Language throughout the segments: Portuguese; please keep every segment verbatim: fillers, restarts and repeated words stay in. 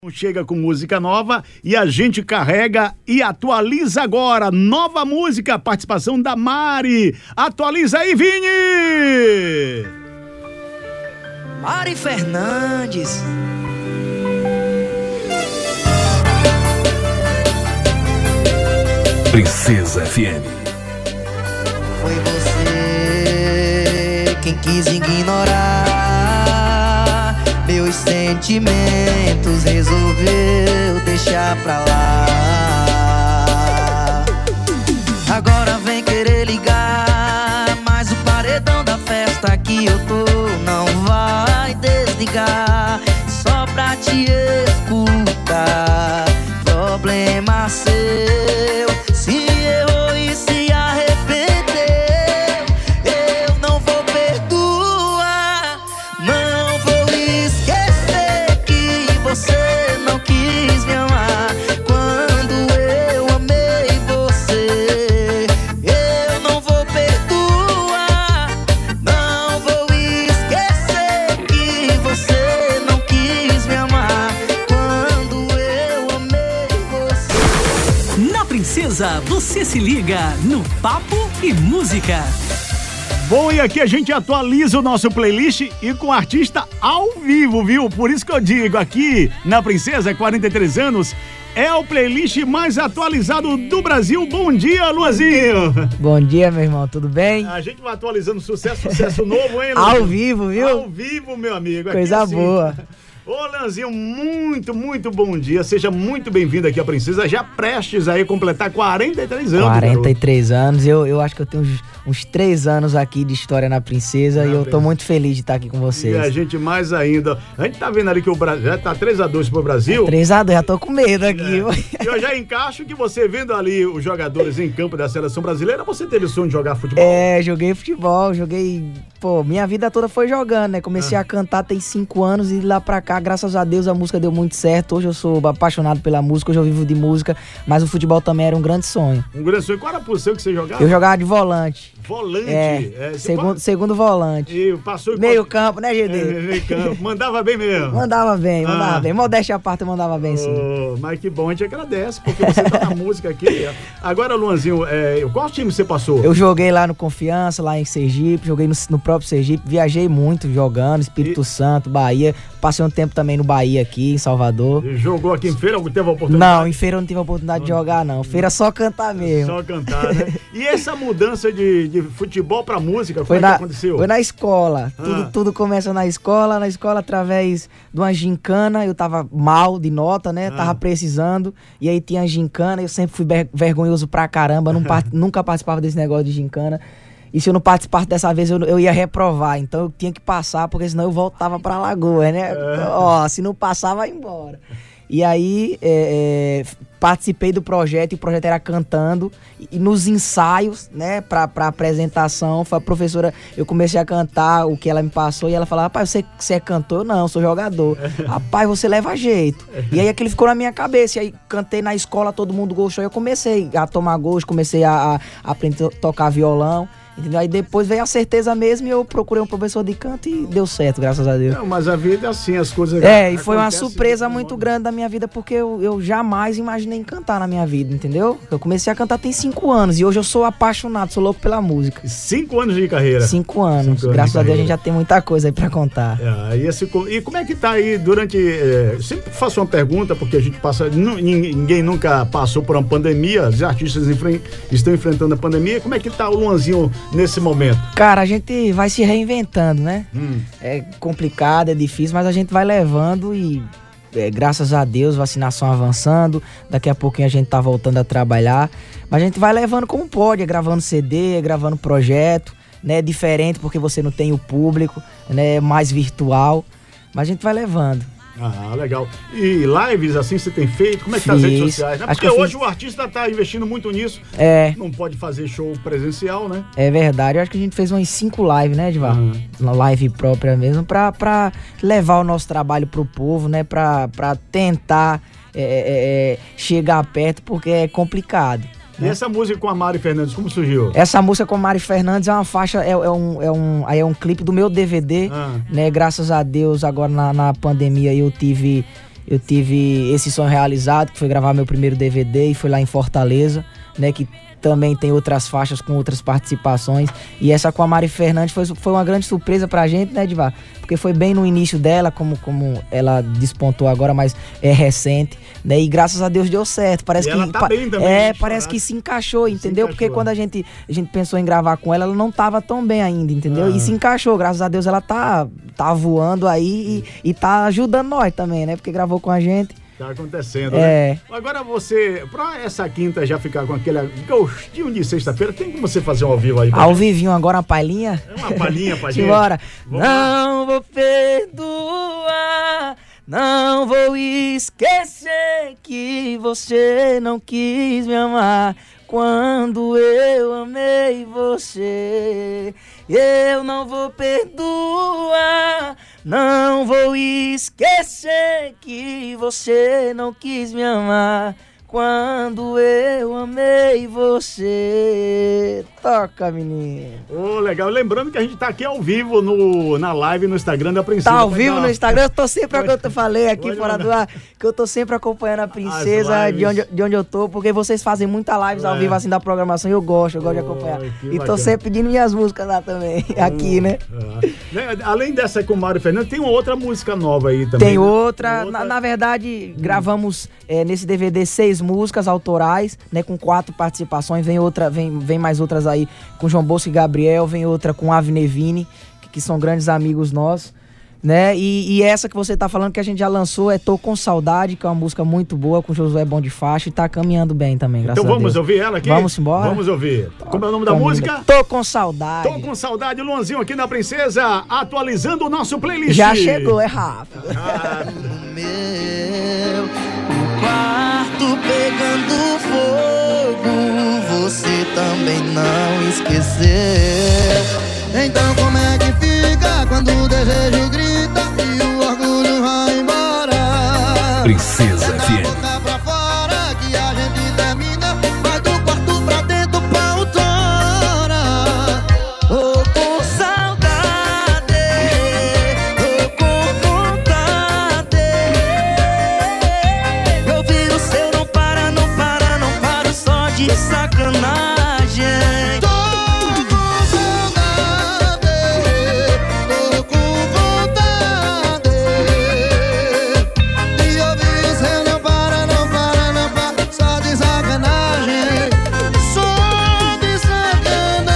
Chega com música nova e a gente carrega e atualiza agora. Nova música, participação da Mari. Atualiza aí, Vini! Mari Fernandes. Princesa F M. Foi você quem quis ignorar meus sentimentos, resolveu deixar pra lá. Agora vem querer ligar, mas o paredão da festa que eu tô não vai desligar, só pra te escutar. Problema seu, se errou e se arrependeu, eu não vou perdoar, não vou esquecer que você não quis me amar quando eu amei você. Eu não vou perdoar, não vou esquecer que você não quis me amar quando eu amei você. Na Princesa, você se liga no Papo e Música. Bom, e aqui a gente atualiza o nosso playlist e com artista ao vivo, viu? Por isso que eu digo, aqui na Princesa, quarenta e três anos, é o playlist mais atualizado do Brasil. Bom dia, Luanzinho! Bom dia, meu irmão, tudo bem? A gente vai atualizando sucesso, sucesso novo, hein, Luanzinho? Ao vivo, viu? Ao vivo, meu amigo. Aqui Coisa assim. boa. Ô, Lanzinho, muito, muito bom dia. Seja muito bem-vindo aqui à Princesa, já prestes aí a completar quarenta e três anos. quarenta e três garoto. anos, eu, eu acho que eu tenho uns, uns três anos aqui de história na Princesa, Ah, e eu tô bem. muito feliz de estar aqui com vocês. E a gente mais ainda. A gente tá vendo ali que o Brasil já tá três a dois pro Brasil. três a dois, já tô com medo aqui. É. E eu já encaixo que você vendo ali os jogadores em campo da seleção brasileira, você teve o sonho de jogar futebol? É, joguei futebol, joguei... Pô, minha vida toda foi jogando, né? Comecei Ah. a cantar tem cinco anos e lá pra cá, graças a Deus, a música deu muito certo. Hoje eu sou apaixonado pela música, hoje eu vivo de música, mas o futebol também era um grande sonho. Um grande sonho. Qual era a posição que você jogava? Eu jogava de volante. Volante. É, É, você segundo, segundo volante. E passou Meio campo, né, G D? É, meio campo. Mandava bem mesmo. Mandava bem, mandava Ah. bem. Modéstia à parte, eu mandava bem, sim. Oh, mas que bom, a gente agradece, porque você tá na música aqui. Agora, Luanzinho, é, qual time você passou? Eu joguei lá no Confiança, lá em Sergipe, joguei no, no próprio Sergipe, viajei muito jogando, Espírito E- Santo, Bahia. Passei um tempo também no Bahia aqui, em Salvador. Jogou aqui em Feira? Teve a oportunidade? Não, em Feira eu não tive a oportunidade de jogar, não. Feira só cantar mesmo. Só cantar, né? E essa mudança de, de futebol pra música, Foi como é na, que aconteceu? foi na escola. Ah. Tudo, tudo começa na escola. Na escola, através de uma gincana, eu tava mal de nota, né? Ah. Tava precisando. E aí tinha gincana. Eu sempre fui ver- vergonhoso pra caramba. Não part- nunca participava desse negócio de gincana. E se eu não participasse dessa vez, eu, eu ia reprovar. Então eu tinha que passar, porque senão eu voltava pra Lagoa, né? Ó, se não passar, vai embora. E aí, é, é, participei do projeto, e o projeto era cantando. E nos ensaios, né, pra, pra apresentação, foi a professora, eu comecei a cantar o que ela me passou, e ela falava, rapaz, você, você é cantor? Eu, não, eu sou jogador. Rapaz, você leva jeito. E aí aquilo ficou na minha cabeça, e aí cantei na escola, todo mundo gostou, e eu comecei a tomar gosto, comecei a, a aprender a tocar violão. Entendeu? Aí depois veio a certeza mesmo, e eu procurei um professor de canto e deu certo, graças a Deus. Não, mas a vida é assim, as coisas... É, e foi uma acontecem surpresa de muito modo- grande da minha vida, porque eu, eu jamais imaginei cantar na minha vida, entendeu? Eu comecei a cantar tem cinco anos, e hoje eu sou apaixonado, sou louco pela música. Cinco anos de carreira. Cinco anos, Cinco anos graças de a Deus a carreira. gente já tem muita coisa aí pra contar. É, e, esse, e como é que tá aí durante... É, sempre faço uma pergunta, porque a gente passa... nu- Ninguém nunca passou por uma pandemia, os artistas enfren- estão enfrentando a pandemia. Como é que tá o Luanzinho nesse momento? Cara, a gente vai se reinventando, né? Hum. É complicado, é difícil, mas a gente vai levando e... É, graças a Deus, vacinação avançando, daqui a pouquinho a gente tá voltando a trabalhar, mas a gente vai levando como pode, é gravando C D, é gravando projeto, né, é diferente porque você não tem o público, né, é mais virtual, mas a gente vai levando. Ah, legal. E lives assim você tem feito? Como é que tá as redes Fiz. sociais? Né? Acho Porque que eu hoje fiz- o artista tá investindo muito nisso, É, não pode fazer show presencial, né? é verdade, eu acho que a gente fez umas cinco lives, né, Edvar? Uhum. Uma live própria mesmo, pra, pra levar o nosso trabalho pro povo, né, pra, pra tentar é, é, é, chegar perto, porque é complicado. E essa música com a Mari Fernandes, como surgiu? Essa música com a Mari Fernandes é uma faixa, é, é um, é, um, aí é um clipe do meu D V D, Ah. né? Graças a Deus, agora na, na pandemia eu tive eu tive esse sonho realizado, que foi gravar meu primeiro D V D, e foi lá em Fortaleza, né, que também tem outras faixas com outras participações. E essa com a Mari Fernandes foi, foi uma grande surpresa pra gente, né, Diva? Porque foi bem no início dela, como, como ela despontou agora, mas é recente, né? E graças a Deus deu certo. Parece e que ela tá bem também, é, né, parece que se encaixou, entendeu? Se encaixou. Porque quando a gente, a gente pensou em gravar com ela, ela não tava tão bem ainda, entendeu? Ah. E se encaixou, graças a Deus ela tá, tá voando aí e, e tá ajudando nós também, né? Porque gravou com a gente. Tá acontecendo, É. né? Agora você, pra essa quinta já ficar com aquele gostinho de sexta-feira, tem como você fazer um ao vivo aí? pra Ao gente? vivinho agora, uma palhinha? É uma palhinha pra gente. Simbora. Vamos lá. Não vou perdoar, não vou esquecer que você não quis me amar quando eu amei você. Eu não vou perdoar, não vou esquecer que você não quis me amar quando eu amei você. Toca, menino. Ô, legal. Lembrando que a gente tá aqui ao vivo no, na live no Instagram da Princesa. Tá ao Vai vivo dar- no Instagram, eu tô sempre, Pode- eu falei aqui pode fora mandar. do ar, que eu tô sempre acompanhando a princesa lives. de onde, de onde eu tô, porque vocês fazem muita lives ao É. vivo assim da programação e eu gosto, eu gosto de Oi, acompanhar. que E tô bacana. sempre pedindo minhas músicas lá também, aqui, né? Ah. Né, além dessa com o Mário Fernandes, tem uma outra música nova aí também. Tem né? outra, na, na verdade, gravamos é, nesse D V D seis músicas autorais, né, com quatro participações, vem outra, vem, vem mais outras aí com João Bosco e Gabriel, vem outra com Avner Vini, que, que são grandes amigos nossos, né, e, e essa que você tá falando que a gente já lançou é Tô Com Saudade, que é uma música muito boa, com Josué Bom de Faixa, e tá caminhando bem também, graças Então a vamos Deus. ouvir ela aqui? Vamos embora? Vamos ouvir. Como é o nome da Caminho- música? Tô Com Saudade. Tô com saudade, Luanzinho aqui na Princesa, atualizando o nosso playlist. Já chegou, é rápido. Ah, Meu quarto pegando fogo, você também não esqueceu. Então como é que fica quando o desejo grita e o orgulho vai embora? Princesa F M. Da boca pra fora que a gente termina, vai do quarto pra dentro pra outrora. Tô com saudade, tô com vontade. Eu viro o seu, não para, não para, não paro, só de sacanagem. Tô com saudade, tô com vontade. E eu viro o seu, não para, não para, não para, só de sacanagem. Só de sacanagem.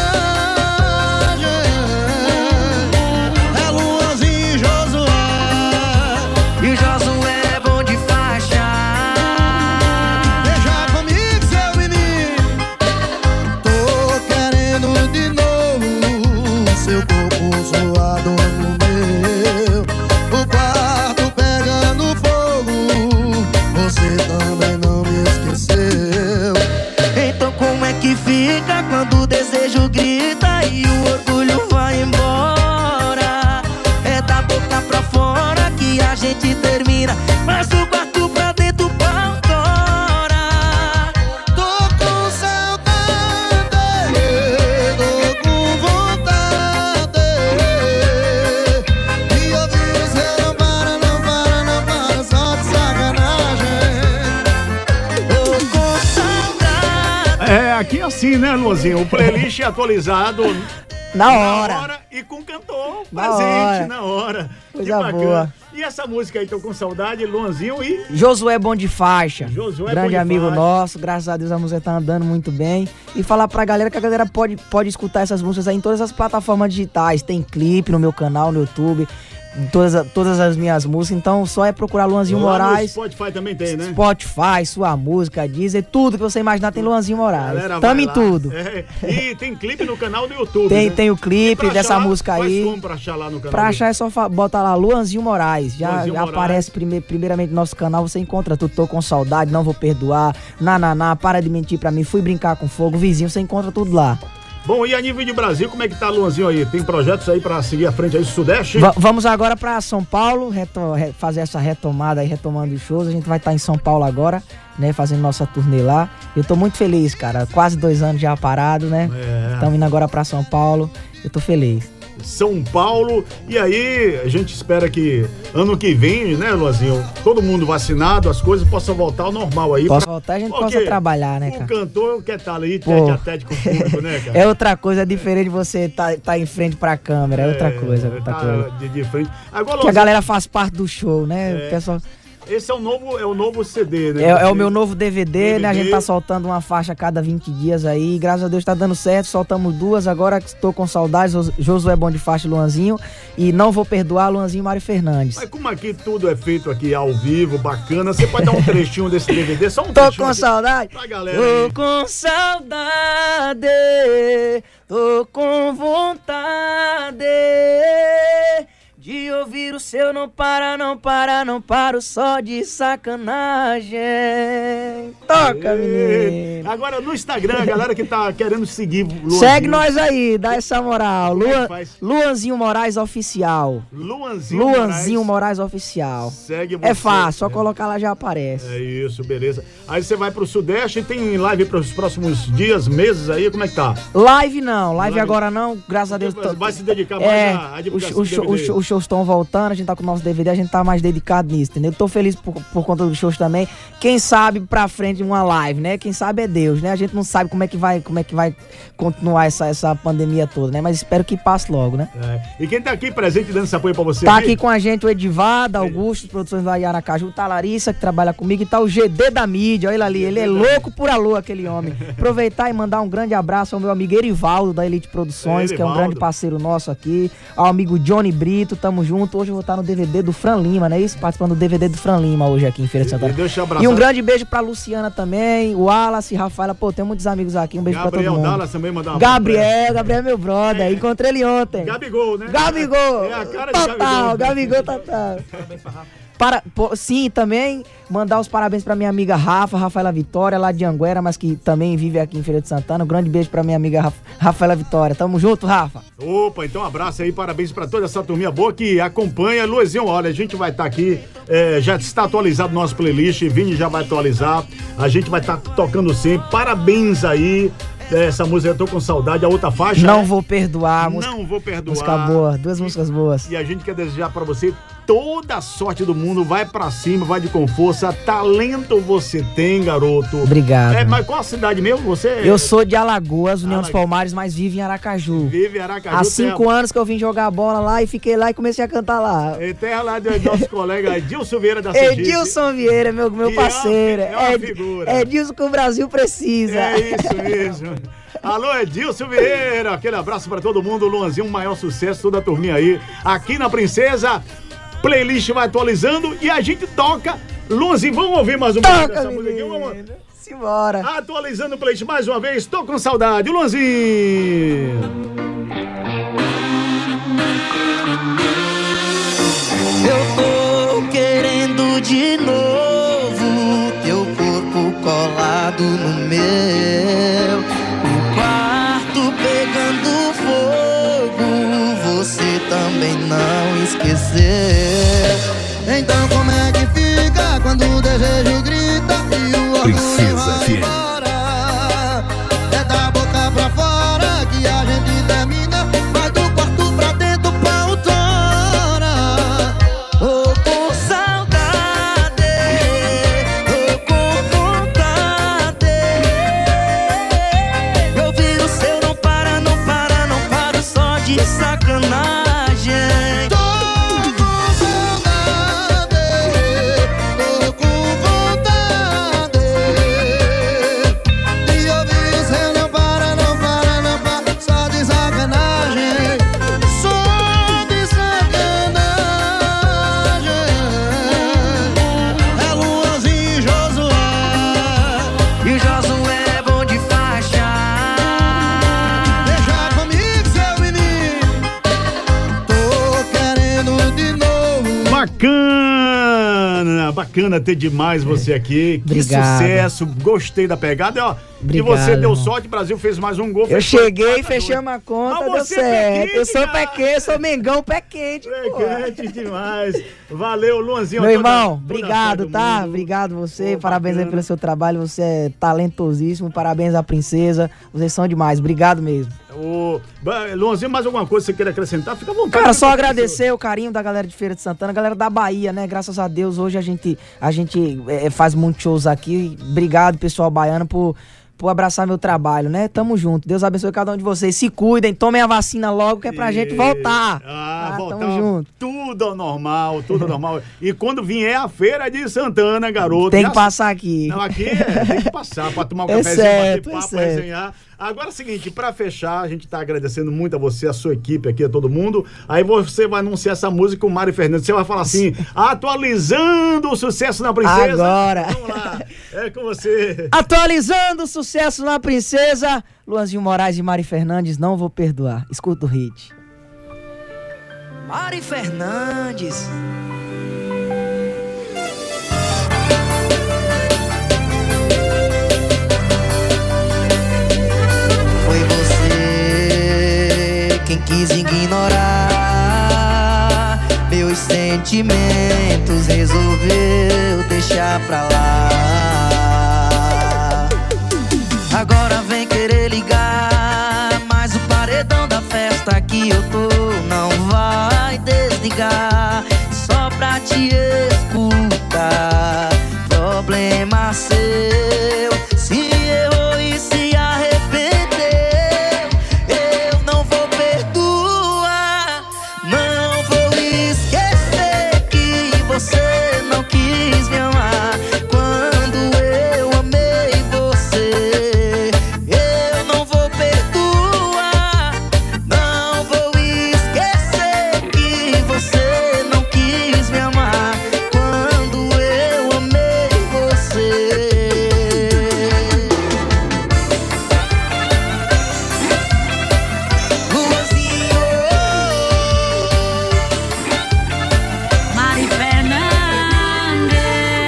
É Luanzinho e Josué, e o Josué é bom de faixa. Deixa comigo, seu menino. Tô querendo de novo seu corpo suado no meu, o quarto pegando fogo, você também não me esqueceu. Então como é que fica quando o desejo grita e o orgulho vai embora? É da boca pra fora que a gente termina, mas do quarto pra dentro pra outrora. Tô com saudade, tô com vontade. E eu vi você não para, não para, não para, só de sacanagem. Tô com saudade. é aqui assim, né, Luanzinho? O playlist atualizado Na na hora. hora e com cantor Na presente hora. na hora. Coisa que bacana. boa. E essa música aí, Tô com saudade, Luanzinho e... Josué Bom de Faixa, Josué grande Bom de amigo Faixa. nosso, graças a Deus a música tá andando muito bem. E falar pra galera que a galera pode, pode escutar essas músicas aí em todas as plataformas digitais, tem clipe no meu canal, no YouTube, em todas, a- todas as minhas músicas, então só é procurar Luanzinho Lá no Moraes, Spotify também tem, né? Spotify, Sua Música, Deezer, tudo que você imaginar tem Luanzinho Moraes. Galera, Tamo vai em lá. tudo. É, e tem clipe no canal do YouTube, Tem, né? tem o E clipe pra dessa achar lá, música faz aí. como pra achar lá no canal? Pra do- achar é só fa- botar lá Luanzinho Moraes. Já, Luanzinho já Moraes. aparece prime- primeiramente no nosso canal. Você encontra tudo. Tô com saudade, não vou perdoar. Nananá, para de mentir pra mim. Fui brincar com fogo. Vizinho, você encontra tudo lá. Bom, e a nível de Brasil, como é que tá, Luanzinho, aí? Tem projetos aí pra seguir à frente aí do Sudeste? Va- vamos agora pra São Paulo, reto- re- fazer essa retomada aí, retomando os shows. A gente vai estar em São Paulo agora, né? Fazendo nossa turnê lá. Eu tô muito feliz, cara. Quase dois anos já parado, né? É. Estamos indo agora pra São Paulo. Eu tô feliz. São Paulo. E aí, a gente espera que ano que vem, né, Luanzinho, todo mundo vacinado, as coisas possam voltar ao normal aí. Possa pra... voltar, a gente Porque possa trabalhar, né, cara? O cantor quer estar ali, Pô. tete a tete com o público, né, cara? É outra coisa, é diferente de você tá, tá em frente pra câmera, é outra coisa. Outra tá coisa. De, de frente. Agora, Que a galera faz parte do show, né? É. O pessoal... esse é o novo, é o novo C D, né? É, é o Você- meu novo D V D, D V D. né? A gente tá soltando uma faixa a cada vinte dias aí. Graças a Deus tá dando certo. Soltamos duas. Agora que estou com saudades. Jos- Josué Bom de Faixa e Luanzinho. E Não Vou Perdoar, Luanzinho e Mário Fernandes. Mas como aqui tudo é feito aqui ao vivo, bacana, você pode dar um trechinho desse D V D? Só um Tô trechinho com aqui saudade. pra galera aí. Tô com saudade. Tô com vontade de ouvir o seu não para, não para, não paro só de sacanagem. Toca, Ei, menino. Agora no Instagram, a galera que tá querendo seguir o Luanzinho. Segue nós aí, dá essa moral. Como é que Luan, faz? Luanzinho Moraes Oficial. Luanzinho Luanzinho Moraes. Moraes Oficial. Segue você. É fácil, só É. colocar lá já aparece. É isso, beleza. Aí você vai pro Sudeste e tem live pros próximos dias, meses aí, como é que tá? Live não, live Live- agora não, graças a Deus. Vai- vai se dedicar mais é, à- à divulgação os, do os, show- D V D. os show- os shows estão voltando, a gente tá com o nosso D V D, a gente tá mais dedicado nisso, entendeu? Tô feliz por, por conta dos shows também. Quem sabe pra frente uma live, né? Quem sabe é Deus, né? A gente não sabe como é que vai, como é que vai continuar essa, essa pandemia toda, né? Mas espero que passe logo, né? É. E quem tá aqui presente dando esse apoio pra você? Tá aí? aqui com a gente o Edivaldo, Augusto, produções lá em Aracaju, tá a Larissa, que trabalha comigo, e tá o G D da mídia, olha ele ali, ele é louco por alô, aquele homem. Aproveitar e mandar um grande abraço ao meu amigo Erivaldo, da Elite Produções, É, que é um Erivaldo. grande parceiro nosso aqui, ao amigo Johnny Brito, tamo junto, hoje eu vou estar no D V D do Fran Lima, né, isso? Participando do D V D do Fran Lima hoje aqui em Feira de Santana. E deixa eu abraçar. E um grande beijo pra Luciana também, o Wallace, Rafaela, pô, tem muitos amigos aqui, um beijo pra Gabriel todo mundo. Dallas também mandar uma Gabriel, Gabriel é meu brother, encontrei ele ontem. Gabigol, né? Gabigol! É a cara de Total, Gabigol. Gabigol total. Para, pô, sim, também mandar os parabéns pra minha amiga Rafa, Rafaela Vitória, lá de Anguera, mas que também vive aqui em Feira de Santana. Um grande beijo pra minha amiga Raf- Rafaela Vitória. Tamo junto, Rafa. Opa, então um abraço aí, parabéns pra toda essa turminha boa que acompanha. Luizinho, olha, a gente vai estar aqui, é, já está atualizado o nosso playlist, Vini já vai atualizar, a gente vai estar tocando sempre. Parabéns aí, é, essa música Eu Tô Com Saudade, a outra faixa. Não é? vou perdoar. Música, Não vou perdoar. música boa, duas músicas boas. E a gente quer desejar pra você toda a sorte do mundo, vai pra cima, vai de com força, talento você tem, garoto. Obrigado. É, mas qual a cidade mesmo? Você é- Eu sou de Alagoas, União dos Alagoas. Palmares, mas vivo em Aracaju. vive em Aracaju. Há cinco terra, anos que eu vim jogar bola lá e fiquei lá e comecei a cantar lá. é terra lá do nosso colega Edilson Vieira da Sergipe. Edilson Vieira, meu, meu Que é uma- parceiro. é uma Ed- figura. Edilson que o Brasil precisa. É isso mesmo. Alô, Edilson Vieira, aquele abraço pra todo mundo, Luanzinho, um maior sucesso, toda a turminha aí, aqui na Princesa, playlist vai atualizando e a gente toca, Luanzinho, vamos ouvir mais um pouco Toca, dessa música aqui, menino. vamos Simbora. atualizando o playlist mais uma vez, tô com saudade, Luanzinho. Eu tô querendo de novo teu corpo colado no meu, o quarto pegando fogo, você também não esqueceu. Então como é que fica quando o desejo grita e o orgulho Princesa vai F M. embora? É da boca pra fora que a gente termina, mas do quarto pra dentro pra outrora. Tô com saudade, tô com vontade. Eu vi o seu não para, não para, não paro só de sacanagem. Tô com saudade, tô com vontade de ouvir o seu não para, não para, não para só de sacanagem. Só de sacanagem. É Luanzinho e Josué, e o Josué é bom de faixa. Deixa comigo, seu menino, tô querendo de novo. Bacana, bacana ter demais você aqui. Que Obrigado. sucesso, gostei da pegada. E, ó, Obrigado, e você deu irmão. sorte, o Brasil fez mais um gol. Eu fez cheguei, quatro a fechei dois. uma conta, Mas deu você é pé certo. quente, Eu sou cara. pé quente, sou Mengão, pé quente, É pô. quente demais. Valeu, Luanzinho. Meu toda- irmão, toda a obrigado, sorte do tá? mundo. Obrigado você, Pô, parabéns aí bacana. pelo seu trabalho, você é talentosíssimo, parabéns à princesa, vocês são demais, obrigado mesmo. Ô, ba- Luanzinho, mais alguma coisa que você queira acrescentar? Fica à vontade. Cara, só Fica agradecer o carinho da galera de Feira de Santana, galera da Bahia, né? Graças a Deus, hoje a gente, a gente é, faz muitos shows aqui. Obrigado, pessoal baiano, por, por abraçar meu trabalho, né? Tamo junto. Deus abençoe cada um de vocês. Se cuidem, tomem a vacina logo, que é pra gente voltar. Ah, Ah, voltar. tamo junto. Tudo ao normal, tudo ao normal. E quando vier a feira de Santana, garoto. Tem já- que passar aqui. Não, aqui é, tem que passar pra tomar um É cafezinho, certo, é bater papo, certo. resenhar. Agora é o seguinte, pra fechar, a gente tá agradecendo muito a você, a sua equipe aqui, a todo mundo. Aí você vai anunciar essa música com o Mário Fernandes. Você vai falar assim, atualizando o sucesso na princesa. Agora. Vamos lá, é com você. Atualizando o sucesso na princesa, Luanzinho Moraes e Mari Fernandes, não vou perdoar. Escuta o hit. Mari Fernandes. Foi você quem quis ignorar meus sentimentos, resolveu deixar pra lá. Agora vem querer ligar, mas o paredão da festa que eu tô não vai desligar, só pra te escutar. Problema seu, se errou e se arrependeu, eu não vou perdoar, não vou esquecer que você não quis me amar quando eu amei você. Eu não vou perdoar, não vou esquecer que você não quis me amar quando eu amei você. Luanzinho, Mari Fernandes,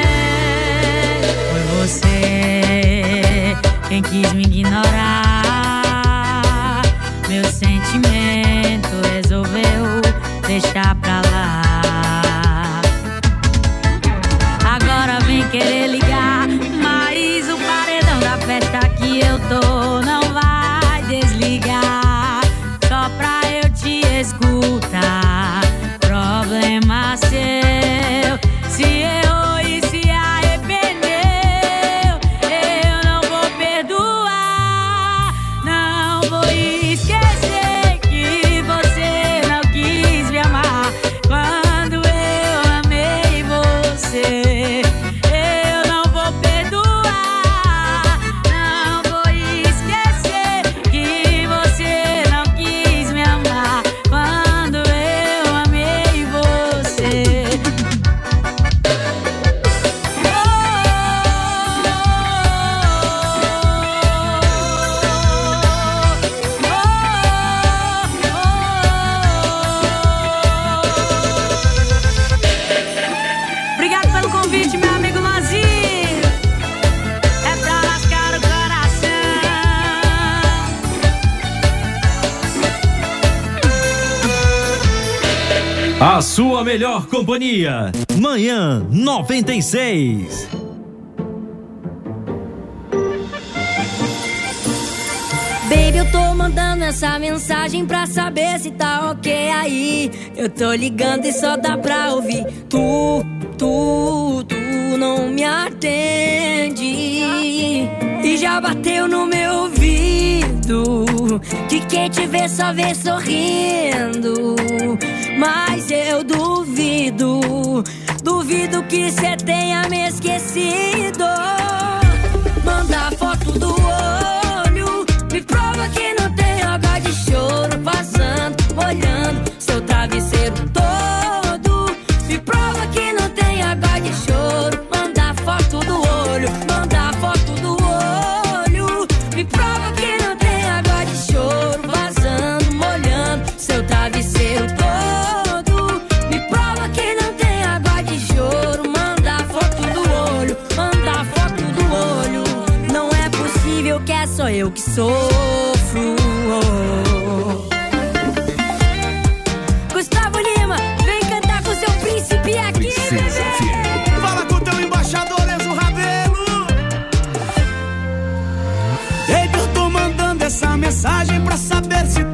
foi você quem quis me ignorar. Meu sentimento resolveu deixar pra lá. Agora vem querer ligar, mas o paredão da festa que eu tô não vai desligar, só pra eu te escutar. Problema seu, se errou e se arrependeu, eu não vou perdoar, não vou esquecer que você não quis me amar quando eu amei você. Eu não vou perdoar, não vou esquecer que você não quis me amar quando eu amei você. Obrigado pelo convite, meu amigo Luanzinho. É pra lascar o coração. A sua melhor companhia. Manhã noventa e seis. Baby, eu tô mandando essa mensagem pra saber se tá ok aí. Eu tô ligando e só dá pra ouvir tu, tu, tu não me atende. E já bateu no meu ouvido que quem te vê só vê sorrindo. Mas eu duvido, duvido que cê tenha me esquecido. Manda foto do olho, me prova que não tem água de choro passando, molhando seu travesseiro todo. Me prova que não tem água de choro. Manda foto do olho, manda foto do olho. Me prova que não tem água de choro vazando, molhando seu travesseiro todo. Me prova que não tem água de choro. Manda foto do olho, manda só eu que sofro. Gustavo Lima, vem cantar com seu príncipe aqui, bebê. Fala com teu embaixador, Enzo Rabelo. Baby, eu tô mandando essa mensagem pra saber se